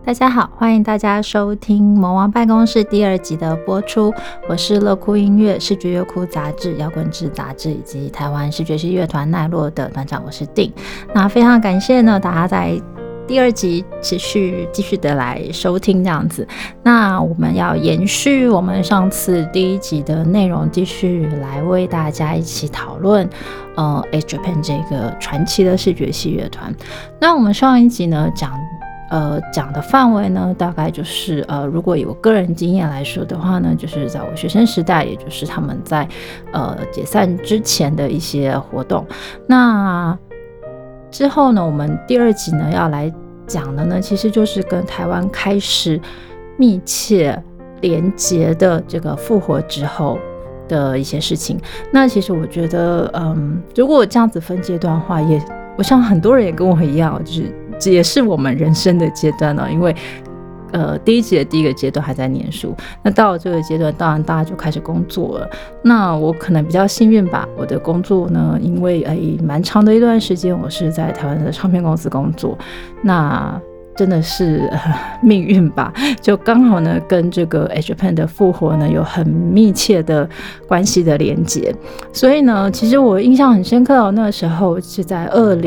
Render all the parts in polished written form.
大家好，欢迎大家收听《魔王办公室》第2集的播出。我是乐酷音乐、视觉乐酷杂志、摇滚志杂志以及台湾视觉系乐团奈落的团长，我是定。那非常感谢呢，大家在第2集继续的来收听这样子。那我们要延续我们上次第1集的内容，继续来为大家一起讨论X Japan 这个传奇的视觉系乐团。那我们上一集呢讲的范围呢，大概就是如果以我个人经验来说的话呢，就是在我学生时代，也就是他们在解散之前的一些活动。那之后呢，我们第2集呢要来讲的呢，其实就是跟台湾开始密切连结的这个复活之后的一些事情。那其实我觉得如果我这样子分阶段的话，我想很多人也跟我一样，就是这也是我们人生的阶段因为第1集的第一个阶段还在念书，那到了这个阶段当然大家就开始工作了。那我可能比较幸运吧，我的工作呢，因为蛮长的一段时间我是在台湾的唱片公司工作，那真的是命运吧，就刚好呢跟这个 X Japan 的复活呢有很密切的关系的连结。所以呢，其实我印象很深刻那个时候是在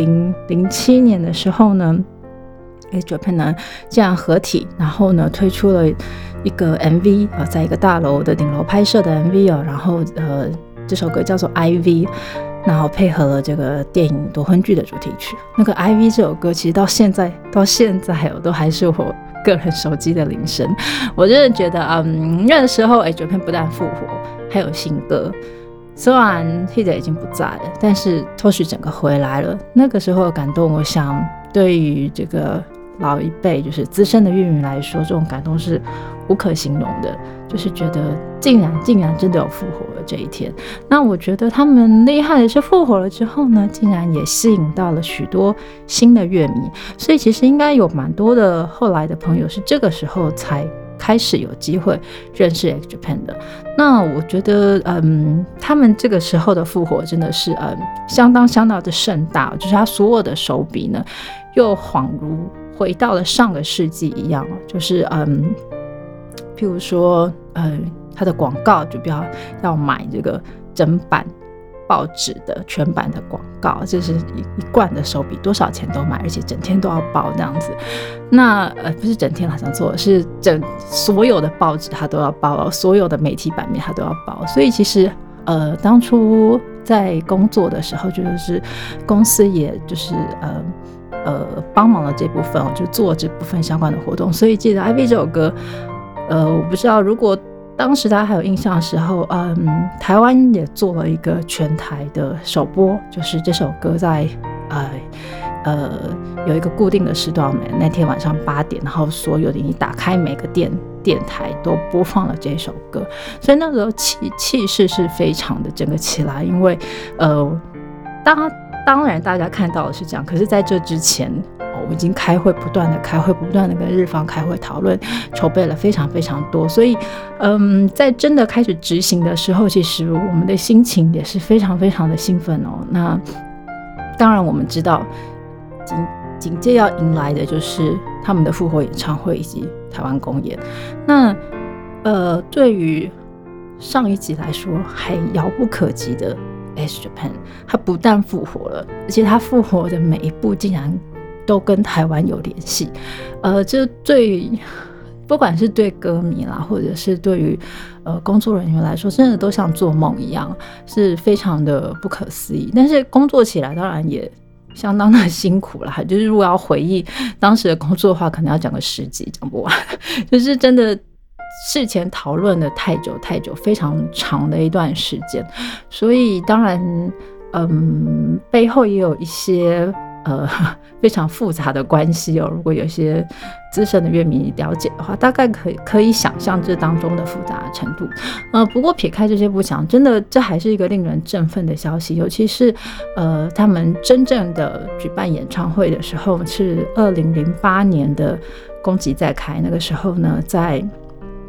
2007年的时候呢，X Japan 呢这样合体，然后呢推出了一个 MV 在一个大楼的顶楼拍摄的 MV 然后这首歌叫做 IV，然后配合了这个电影夺魂剧的主题曲。那个 IV 这首歌其实到现在都还是我个人手机的铃声。我真的觉得那个时候X Japan 不但复活，还有新歌，虽然 Hide 已经不在了，但是 Toshi 整个回来了。那个时候的感动，我想对于这个老一辈就是资深的乐迷来说，这种感动是无可形容的，就是觉得竟然真的有复活了这一天。那我觉得他们厉害的是复活了之后呢，竟然也吸引到了许多新的乐迷，所以其实应该有蛮多的后来的朋友是这个时候才开始有机会认识 X Japan 的。那我觉得他们这个时候的复活真的是相当的盛大，就是他所有的手笔呢又恍如回到了上个世纪一样，就是譬如说他的广告就不要买这个整版报纸的全版的广告，这是一贯的手笔，多少钱都买，而且整天都要报这样子。那不是整天好像做，是所有的报纸他都要报，所有的媒体版面他都要报。所以其实当初在工作的时候，就是公司也就是帮忙了这部分，就做这部分相关的活动。所以记得 IV 这首歌我不知道如果当时大家还有印象的时候台湾也做了一个全台的首播，就是这首歌在有一个固定的时段，那天晚上8点，然后所有的你打开每个电台都播放了这首歌。所以那时候气势是非常的整个起来，因为当然大家看到的是这样，可是在这之前我已经不断的跟日方开会讨论，筹备了非常非常多。所以在真的开始执行的时候，其实我们的心情也是非常非常的兴奋那当然我们知道紧接要迎来的就是他们的复活演唱会以及台湾公演。那对于上一集来说还遥不可及的X Japan， 他不但复活了，而且他复活的每一步竟然都跟台湾有联系。这不管是对歌迷啦，或者是对于工作人员来说，真的都像做梦一样，是非常的不可思议。但是工作起来当然也相当的辛苦啦，就是如果要回忆当时的工作的话，可能要讲个10集讲不完，就是真的事前讨论的太久，非常长的一段时间。所以当然背后也有一些非常复杂的关系如果有些资深的乐迷了解的话，大概可以想象这当中的复杂的程度。不过撇开这些不讲，真的这还是一个令人振奋的消息，尤其是他们真正的举办演唱会的时候是2008年的宫崎再开，那个时候呢在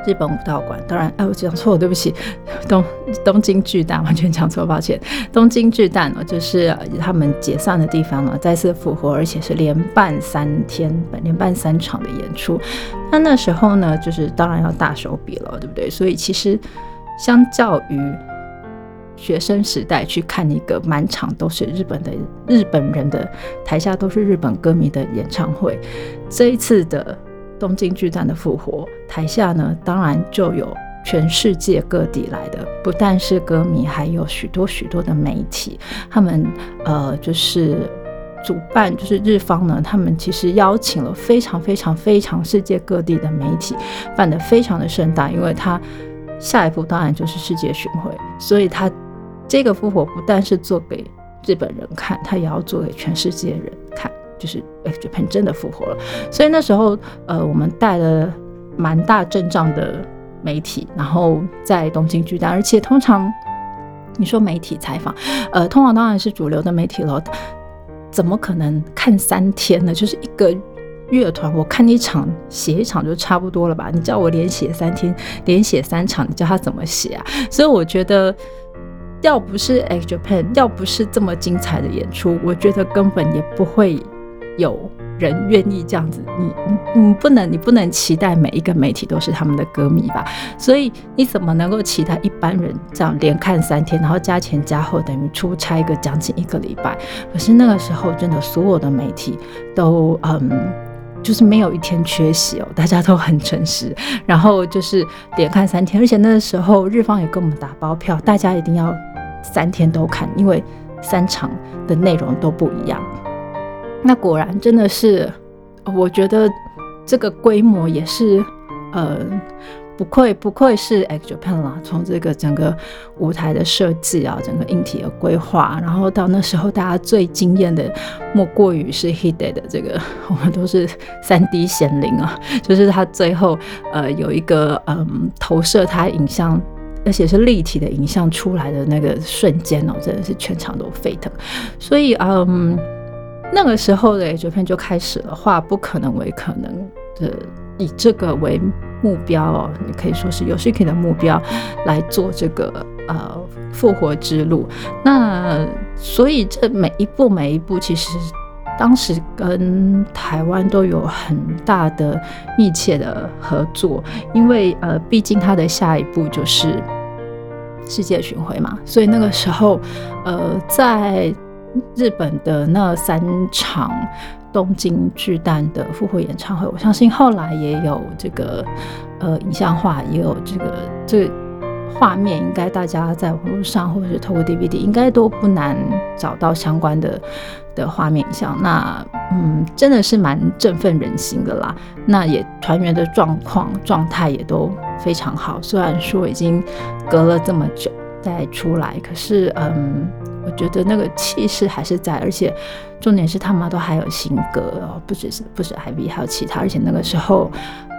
日本武道馆，当然，我讲错了，对不起，东京巨蛋，完全讲错，抱歉。东京巨蛋就是他们解散的地方再次复活，而且是连办3天，连办3场的演出。那时候呢，就是当然要大手笔了，对不对？所以其实相较于学生时代去看一个满场都是日本人的台下都是日本歌迷的演唱会，这一次的东京巨蛋的复活，台下呢当然就有全世界各地来的，不但是歌迷，还有许多许多的媒体。他们就是主办，就是日方呢，他们其实邀请了非常非常非常世界各地的媒体，办得非常的盛大，因为他下一步当然就是世界巡回，所以他这个复活不但是做给日本人看，他也要做给全世界人看，就是 Japan 真的复活了。所以那时候我们带了蛮大阵仗的媒体，然后在东京巨蛋，而且通常你说媒体采访通常当然是主流的媒体了，怎么可能看3天呢？就是一个乐团我看一场写一场就差不多了吧，你叫我连写3天连写3场，你叫他怎么写啊？所以我觉得要不是 XJAPAN， 要不是这么精彩的演出，我觉得根本也不会有人愿意这样子。你不能期待每一个媒体都是他们的歌迷吧？所以你怎么能够期待一般人这样连看3天，然后加前加后等于出差将近1个礼拜？可是那个时候真的所有的媒体都就是没有一天缺席大家都很诚实，然后就是连看3天，而且那个时候日方也跟我们打包票，大家一定要3天都看，因为3场的内容都不一样。那果然真的是，我觉得这个规模也是不愧是 XJAPAN 啦，从这个整个舞台的设计啊，整个硬体的规划，然后到那时候大家最惊艳的莫过于是 Hide 的这个，我们都是 3D 显灵啊，就是他最后有一个投射他影像，而且是立体的影像出来的那个瞬间真的是全场都沸腾。所以那个时候的 XJAPAN 就开始了化不可能为可能的，以这个为目标你可以说是 Yoshiki 的目标来做这个复活之路。那所以这每一步其实当时跟台湾都有很大的密切的合作，因为毕竟他的下一步就是世界巡回嘛，所以那个时候在日本的那3场东京巨蛋的复活演唱会，我相信后来也有这个影像化，也有这个画面，应该大家在网络上或者是透过 DVD 应该都不难找到相关的画面影像。那真的是蛮振奋人心的啦。那也团员的状态也都非常好，虽然说已经隔了这么久再出来，可是我觉得那个气势还是在，而且重点是他们都还有新歌不止 IV 还有其他，而且那个时候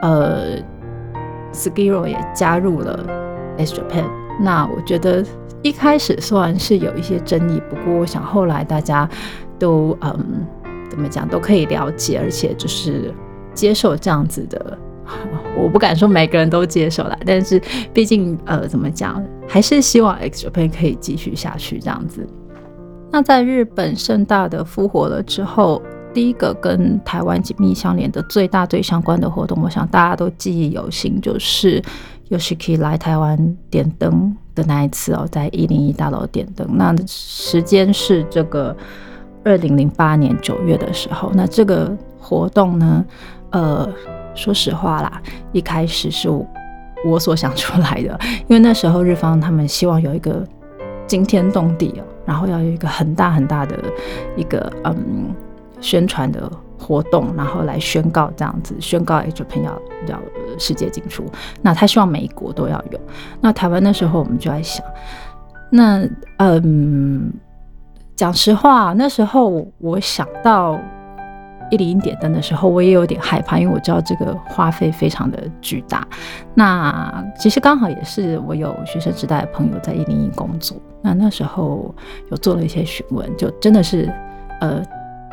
Skiro 也加入了 XJAPAN。 那我觉得一开始虽然是有一些争议，不过我想后来大家都怎么讲都可以了解，而且就是接受这样子的，我不敢说每个人都接受啦，但是毕竟怎么讲，还是希望 XJAPAN 可以继续下去这样子。那在日本盛大的复活了之后，第一个跟台湾紧密相连的最大最相关的活动，我想大家都记忆犹新，就是 Yoshiki 来台湾点灯的那一次在101大楼点灯。那时间是这个2008年9月的时候。那这个活动呢说实话啦，一开始是我所想出来的，因为那时候日方他们希望有一个惊天动地然后要有一个很大很大的一个宣传的活动，然后来宣告这样子，宣告 XJAPAN 要世界进出。那他希望每一国都要有。那台湾那时候我们就在想，那讲实话，那时候我想到101点灯的时候，我也有点害怕，因为我知道这个花费非常的巨大。那其实刚好也是我有学生时代的朋友在101工作，那时候有做了一些询问，就真的是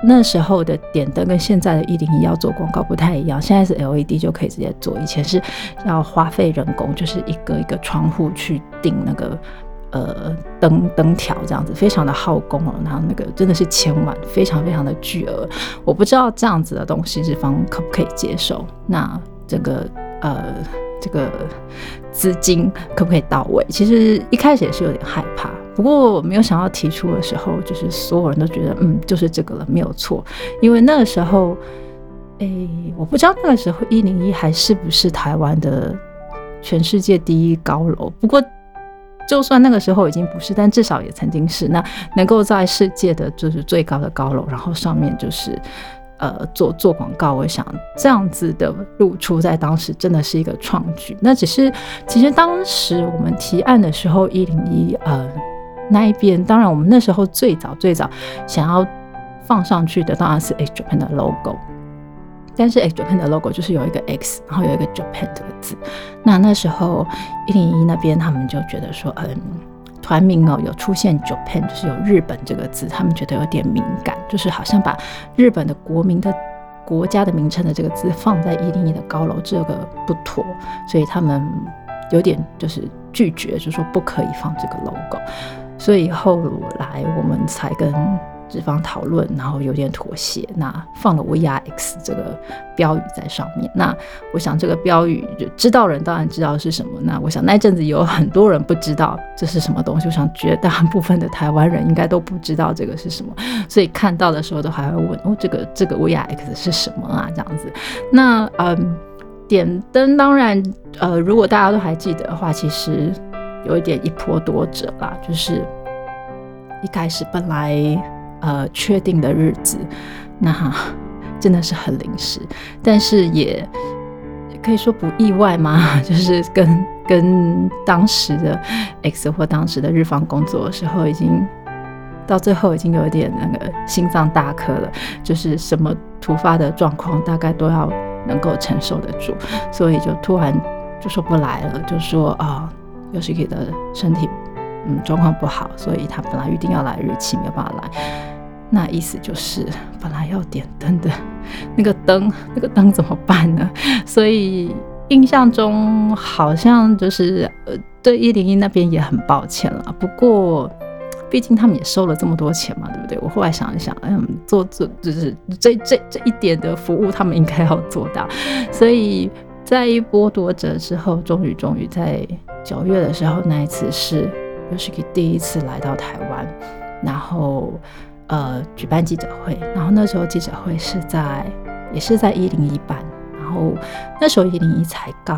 那时候的点灯跟现在的101要做广告不太一样，现在是 LED 就可以直接做，以前是要花费人工，就是一个一个窗户去定那个灯条，这样子非常的耗工哦，然后那个真的是千万，非常非常的巨额，我不知道这样子的东西日方可不可以接受，那整个这个资金可不可以到位？其实一开始也是有点害怕，不过我没有想到提出的时候，就是所有人都觉得就是这个了，没有错。因为那个时候，我不知道那个时候101还是不是台湾的全世界第一高楼，不过就算那个时候已经不是，但至少也曾经是。那能够在世界的就是最高的高楼，然后上面就是做广告，我想这样子的露出在当时真的是一个创举。那只是其实当时我们提案的时候101那一边，当然我们那时候最早想要放上去的当然是 X Japan 的 logo， 但是 X Japan 的 logo 就是有一个 X 然后有一个 Japan 这个字，那时候101那边他们就觉得说团名有出现 Japan 就是有日本这个字，他们觉得有点敏感，就是好像把日本的国家的名称的这个字放在101的高楼，这个不妥，所以他们有点就是拒绝，就说不可以放这个 logo， 所以后来我们才跟日方讨论，然后有点妥协，那放了 VRX 这个标语在上面。那我想这个标语就知道人当然知道是什么，那我想那阵子有很多人不知道这是什么东西，我想绝大部分的台湾人应该都不知道这个是什么，所以看到的时候都还会问这个 VRX 是什么啊这样子。那点灯当然如果大家都还记得的话，其实有一点一波多折啦，就是一开始本来确定的日子，那真的是很临时，但是也可以说不意外嘛，就是跟当时的 X 或当时的日方工作的时候，已经到最后已经有点那个心脏大颗了，就是什么突发的状况大概都要能够承受得住，所以就突然就说不来了，就说Yoshiki 的身体状况不好，所以他本来预定要来日期没有办法来。那意思就是本来要点灯的那个灯怎么办呢？所以印象中好像就是对101那边也很抱歉了，不过毕竟他们也收了这么多钱嘛，对不对？我后来想一想，做就是这一点的服务他们应该要做到，所以在一波多折之后，终于在9月的时候，那一次是Yoshiki第一次来到台湾，然后举办记者会，然后那时候记者会也是在101办，然后那时候101才刚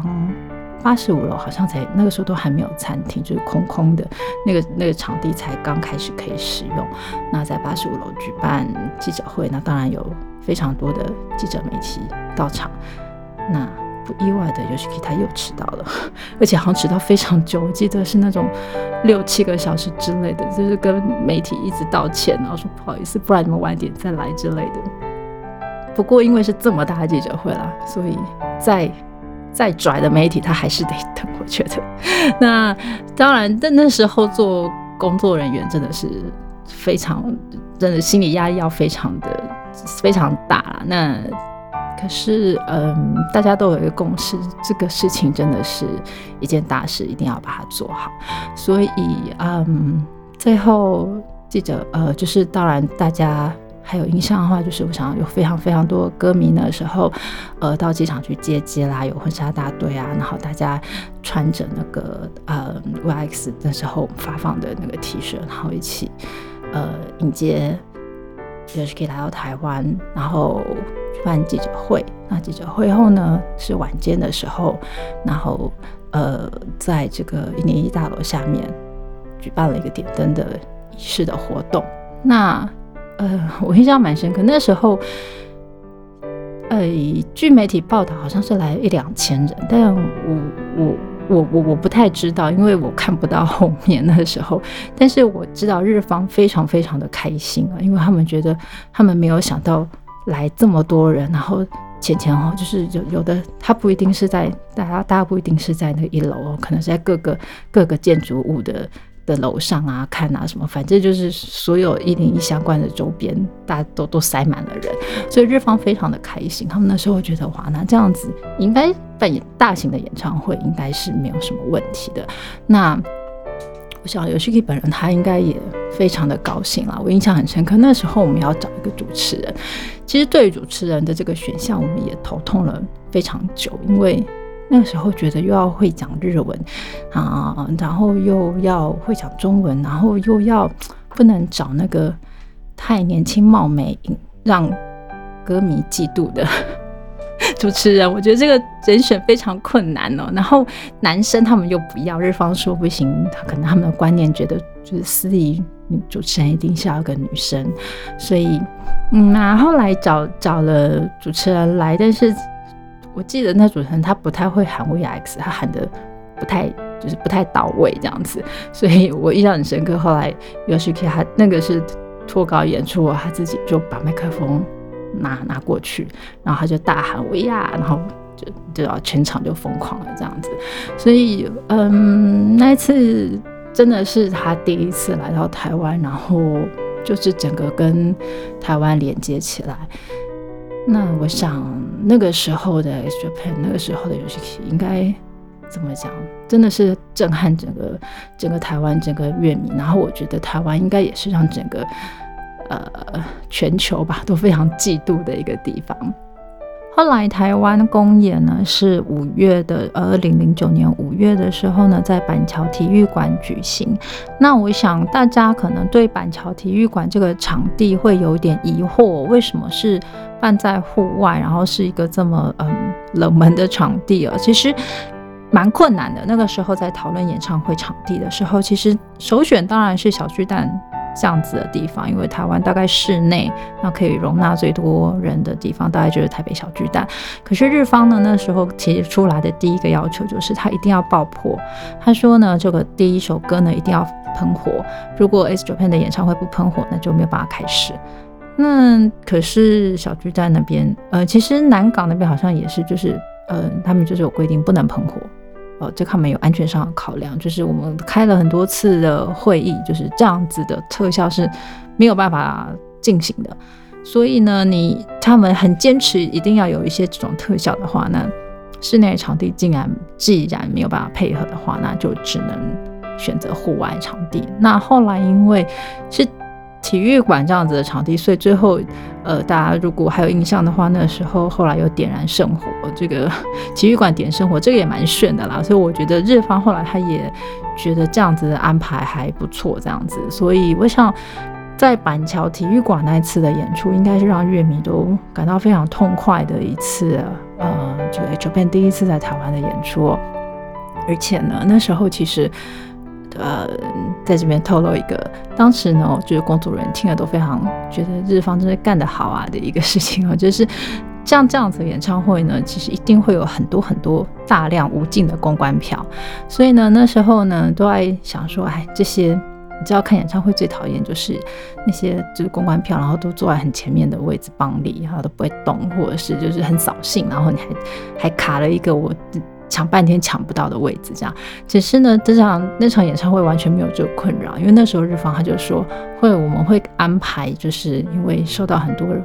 85楼，好像才那个时候都还没有餐厅，就是空空的那个场地才刚开始可以使用。那在85楼举办记者会，那当然有非常多的记者媒体到场，那不意外的 Yoshiki 他又迟到了，而且好像迟到非常久，我记得是那种6-7个小时之类的，就是跟媒体一直道歉，然后说不好意思，不然你们晚点再来之类的。不过因为是这么大的记者会啦，所以再拽的媒体他还是得等，我觉得。那当然，但那时候做工作人员真的是真的心理压力要非常大啦。那可是大家都有一个共识，这个事情真的是一件大事，一定要把它做好。所以最后记者就是当然大家还有印象的话，就是我想有非常非常多歌迷那时候到机场去接啦，有婚纱大队啊，然后大家穿着那个VX 那时候发放的那个 T 恤，然后一起迎接Yoshiki 来到台湾，然后举办记者会。那记者会后呢，是晚间的时候，然后在这个101大楼下面举办了一个点灯的仪式的活动。那我印象蛮深刻，那时候据媒体报道好像是来1-2千人，但我不太知道，因为我看不到后面那时候。但是我知道日方非常非常的开心啊，因为他们觉得他们没有想到来这么多人，然后前后就是有的他不一定是在大家不一定是在那个1楼，可能是在各个建筑物的的楼上啊看啊什么，反正就是所有101相关的周边大家都塞满了人，所以日方非常的开心。他们那时候觉得哇，那这样子应该办大型的演唱会应该是没有什么问题的。那我想Yoshiki本人他应该也非常的高兴啦，我印象很深刻。那时候我们要找一个主持人，其实对于主持人的这个选项我们也头痛了非常久，因为那个时候觉得又要会讲日文啊，然后又要会讲中文，然后又要不能找那个太年轻貌美让歌迷嫉妒的主持人，我觉得这个人选非常困难哦。然后男生他们又不要，日方说不行，可能他们的观念觉得就是司仪主持人一定是要个女生，所以后来找了主持人来，但是我记得那主持人他不太会喊 VX， 他喊的不太到位这样子，所以我印象很深刻。后来Yoshiki他那个是脱稿演出，他自己就把麦克风拿过去，然后他就大喊维亚，然后就全场就疯狂了这样子。所以那一次真的是他第一次来到台湾，然后就是整个跟台湾连接起来。那我想那个时候的 X Japan， 那个时候的Yoshiki应该怎么讲，真的是震撼整个台湾整个乐迷，然后我觉得台湾应该也是让整个全球吧都非常嫉妒的一个地方。后来台湾公演呢是2009年5月的时候呢，在板桥体育馆举行。那我想大家可能对板桥体育馆这个场地会有点疑惑，为什么是办在户外，然后是一个这么冷门的场地其实蛮困难的。那个时候在讨论演唱会场地的时候，其实首选当然是小巨蛋这样子的地方，因为台湾大概室内那可以容纳最多人的地方大概就是台北小巨蛋。可是日方呢那时候提出来的第一个要求就是他一定要爆破，他说呢这个第一首歌呢一定要喷火，如果 X Japan 的演唱会不喷火那就没有办法开始。那可是小巨蛋那边其实南港那边好像也是，就是他们就是有规定不能喷火这他们有安全上的考量，就是我们开了很多次的会议，就是这样子的特效是没有办法进行的。所以呢他们很坚持一定要有一些这种特效的话，那室内场地既然没有办法配合的话，那就只能选择户外场地。那后来因为是体育馆这样子的场地，所以最后大家如果还有印象的话，那时候后来有点燃圣火，这个体育馆点圣火这个也蛮炫的啦，所以我觉得日方后来他也觉得这样子的安排还不错这样子。所以我想在板桥体育馆那一次的演出应该是让乐迷都感到非常痛快的一次就 X Japan 第一次在台湾的演出而且呢那时候其实在这边透露一个，当时呢，我觉得工作人员听了都非常觉得日方真的干得好的一个事情就是像这样子的演唱会呢，其实一定会有很多很多大量无尽的公关票，所以呢，那时候呢都在想说，这些你知道看演唱会最讨厌就是那些就是公关票，然后都坐在很前面的位置帮力，然后都不会动，或者是就是很扫兴，然后你还卡了一个我抢半天抢不到的位置这样。只是呢那场演唱会完全没有这个困扰，因为那时候日方他就说我们会安排，就是因为受到很多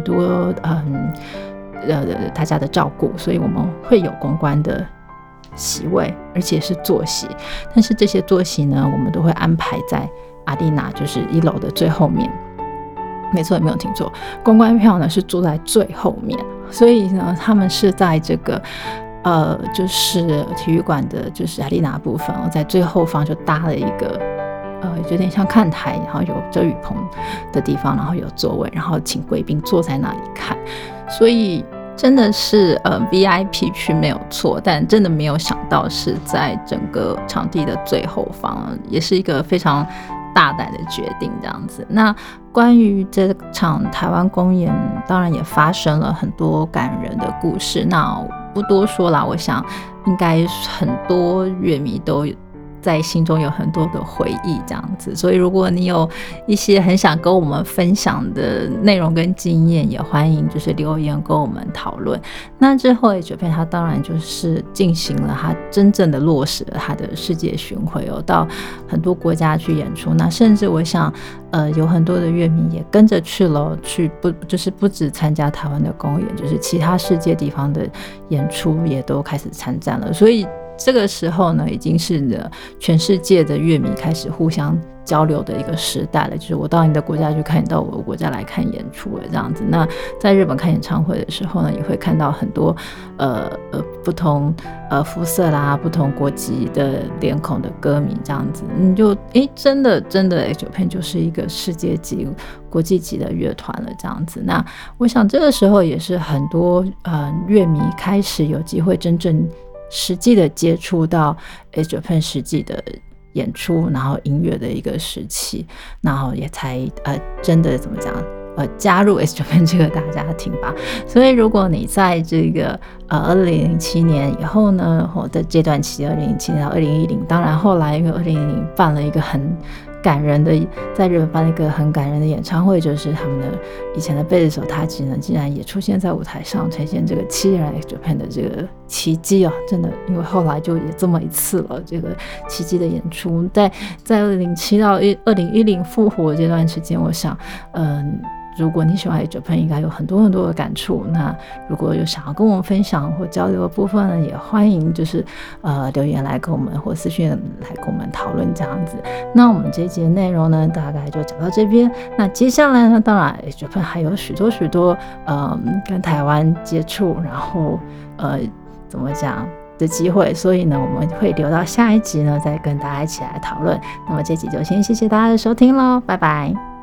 大家的照顾，所以我们会有公关的席位，而且是坐席，但是这些坐席呢我们都会安排在阿丽娜，就是1楼的最后面。没错，没有听错，公关票呢是坐在最后面，所以呢他们是在这个就是体育馆的就是阿丽娜部分在最后方就搭了一个有点像看台，然后有遮雨棚的地方，然后有座位，然后请贵宾坐在那里看，所以真的是VIP 区没有错，但真的没有想到是在整个场地的最后方，也是一个非常大胆的决定这样子。那关于这场台湾公演当然也发生了很多感人的故事，那不多说啦，我想应该很多乐迷都在心中有很多的回忆这样子。所以如果你有一些很想跟我们分享的内容跟经验，也欢迎就是留言跟我们讨论。那之后 Japan 它当然就是进行了它真正的落实了它的世界巡回到很多国家去演出。那甚至我想有很多的乐迷也跟着去了，就是不只参加台湾的公演，就是其他世界地方的演出也都开始参战了。所以这个时候呢，已经是全世界的乐迷开始互相交流的一个时代了，就是我到你的国家去看，你到我的国家来看演出了这样子。那在日本看演唱会的时候呢，也会看到很多不同肤色啦、不同国籍的脸孔的歌迷这样子，你就真的 Japan 就是一个世界级、国际级的乐团了这样子。那我想这个时候也是很多乐迷开始有机会真正实际的接触到 Japan 实际的演出，然后音乐的一个时期，然后也才真的怎么讲加入 Japan 这个大家庭吧。所以如果你在这个2007年以后呢，或者这段期2007年到2010，当然后来因为2010办了一个很感人的，在日本办了一个很感人的演唱会，就是他们的以前的贝斯手他竟然也出现在舞台上，呈现这个7人 Japan 的这个奇迹真的，因为后来就也这么一次了，这个奇迹的演出在2007到2010复活这段时间，我想如果你喜欢 Japan 应该有很多很多的感触。那如果有想要跟我们分享或交流的部分呢，也欢迎就是留言来跟我们，或私讯来跟我们讨论这样子。那我们这一集的内容呢，大概就讲到这边。那接下来呢，当然 Japan 还有许多跟台湾接触，然后怎么讲的机会，所以呢我们会留到下一集呢再跟大家一起来讨论。那么这集就先谢谢大家的收听咯，拜拜。